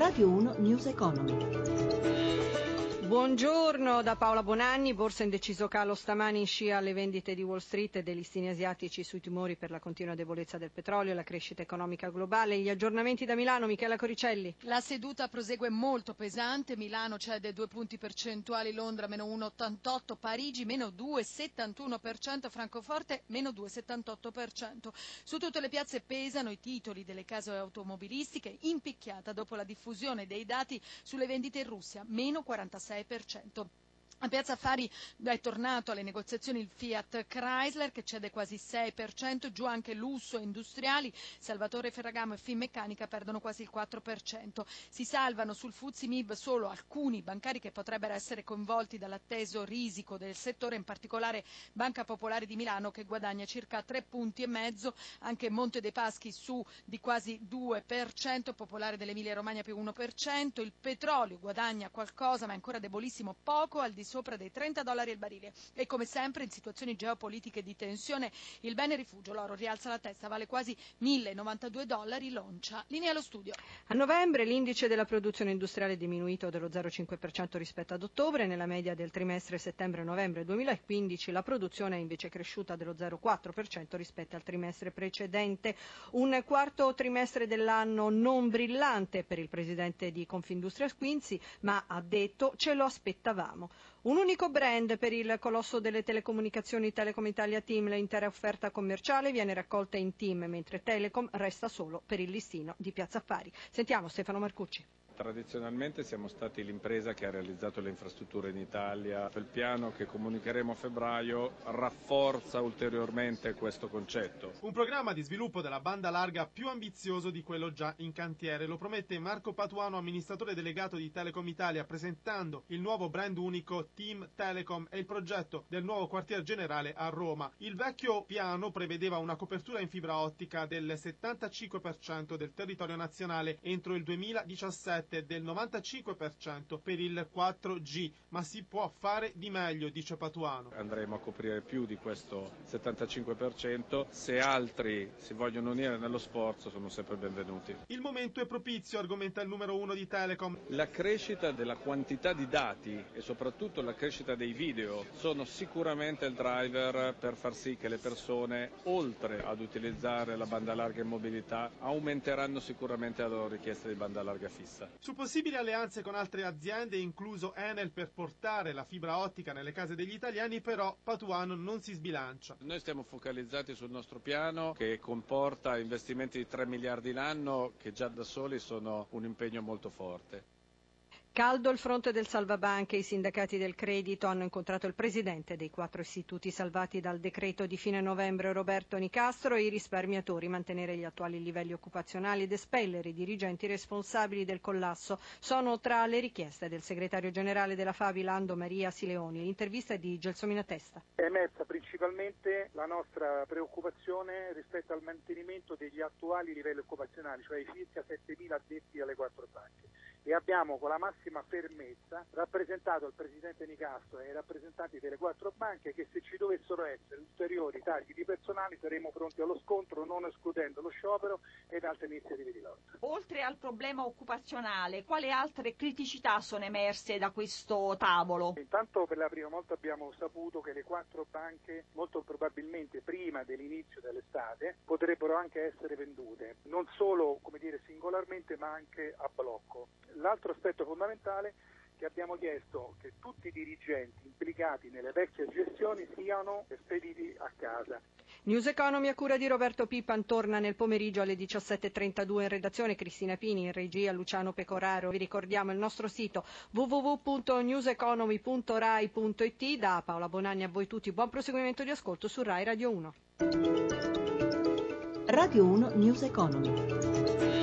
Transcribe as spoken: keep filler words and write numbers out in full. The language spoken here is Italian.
Radio uno News Economy. Buongiorno da Paola Bonanni. Borsa in deciso calo stamani in scia alle vendite di Wall Street e dei listini asiatici sui timori per la continua debolezza del petrolio e la crescita economica globale. Gli aggiornamenti da Milano, Michela Coricelli. La seduta prosegue molto pesante. Milano cede due punti percentuali, Londra meno uno virgola ottantotto, Parigi meno due virgola settantuno per cento, Francoforte meno due virgola settantotto per cento. Su tutte le piazze pesano i titoli delle case automobilistiche, impicchiata dopo la diffusione dei dati sulle vendite in Russia, meno quarantasei per cento. A Piazza Affari è tornato alle negoziazioni il Fiat Chrysler che cede quasi sei per cento, giù anche lusso e industriali, Salvatore Ferragamo e Finmeccanica perdono quasi il quattro per cento. Si salvano sul F T S E M I B solo alcuni bancari che potrebbero essere coinvolti dall'atteso risico del settore, in particolare Banca Popolare di Milano che guadagna circa tre punti e mezzo, anche Monte dei Paschi su di quasi due per cento, Popolare dell'Emilia Romagna più uno per cento, il petrolio guadagna qualcosa ma è ancora debolissimo, poco al di sopra dei trenta dollari al barile. E come sempre in situazioni geopolitiche di tensione il bene rifugio, l'oro, rialza la testa, vale quasi mille novantadue dollari l'oncia. Linea allo studio. A novembre l'indice della produzione industriale è diminuito dello zero virgola cinque per cento rispetto ad ottobre. Nella media del trimestre settembre-novembre duemilaquindici la produzione è invece cresciuta dello zero virgola quattro per cento rispetto al trimestre precedente. Un quarto trimestre dell'anno non brillante per il presidente di Confindustria Squinzi, ma ha detto ce lo aspettavamo. Un unico brand per il colosso delle telecomunicazioni Telecom Italia Team, l'intera offerta commerciale viene raccolta in Team, mentre Telecom resta solo per il listino di Piazza Affari. Sentiamo Stefano Marcucci. Tradizionalmente siamo stati l'impresa che ha realizzato le infrastrutture in Italia. Il piano che comunicheremo a febbraio rafforza ulteriormente questo concetto. Un programma di sviluppo della banda larga più ambizioso di quello già in cantiere, lo promette Marco Patuano, amministratore delegato di Telecom Italia, presentando il nuovo brand unico Team Telecom e il progetto del nuovo quartier generale a Roma. Il vecchio piano prevedeva una copertura in fibra ottica del settantacinque per cento del territorio nazionale entro il duemiladiciassette, del novantacinque per cento per il quattro G, ma si può fare di meglio, dice Patuano. Andremo a coprire più di questo settantacinque per cento, se altri si vogliono unire nello sforzo sono sempre benvenuti. Il momento è propizio, argomenta il numero uno di Telecom. La crescita della quantità di dati e soprattutto la crescita dei video sono sicuramente il driver per far sì che le persone, oltre ad utilizzare la banda larga in mobilità, aumenteranno sicuramente la loro richiesta di banda larga fissa. Su possibili alleanze con altre aziende, incluso Enel, per portare la fibra ottica nelle case degli italiani, però Patuano non si sbilancia. Noi stiamo focalizzati sul nostro piano che comporta investimenti di tre miliardi l'anno che già da soli sono un impegno molto forte. Caldo il fronte del salvabanche, i sindacati del credito hanno incontrato il presidente dei quattro istituti salvati dal decreto di fine novembre Roberto Nicastro e i risparmiatori, mantenere gli attuali livelli occupazionali ed espellere i dirigenti responsabili del collasso sono tra le richieste del segretario generale della Favi Lando Maria Sileoni. L'intervista è di Gelsomina Testa. È emersa principalmente la nostra preoccupazione rispetto al mantenimento degli attuali livelli occupazionali, cioè i circa settemila addetti alle quattro banche. E abbiamo con la massima fermezza rappresentato il presidente Nicastro e i rappresentanti delle quattro banche che se ci dovessero essere ulteriori tagli di personale saremo pronti allo scontro, non escludendo lo sciopero ed altre iniziative di lotta. Oltre al problema occupazionale, quali altre criticità sono emerse da questo tavolo? Intanto per la prima volta abbiamo saputo che le quattro banche molto probabilmente prima dell'inizio dell'estate potrebbero anche essere vendute, non solo come dire singolarmente ma anche a blocco. L'altro aspetto fondamentale che abbiamo chiesto che tutti i dirigenti implicati nelle vecchie gestioni siano spediti a casa. News Economy a cura di Roberto Pippan torna nel pomeriggio alle diciassette e trentadue in redazione, Cristina Pini in regia, Luciano Pecoraro. Vi ricordiamo il nostro sito w w w punto news economy punto rai punto i t. Da Paola Bonanni a voi tutti, buon proseguimento di ascolto su Rai Radio uno. Radio uno News Economy.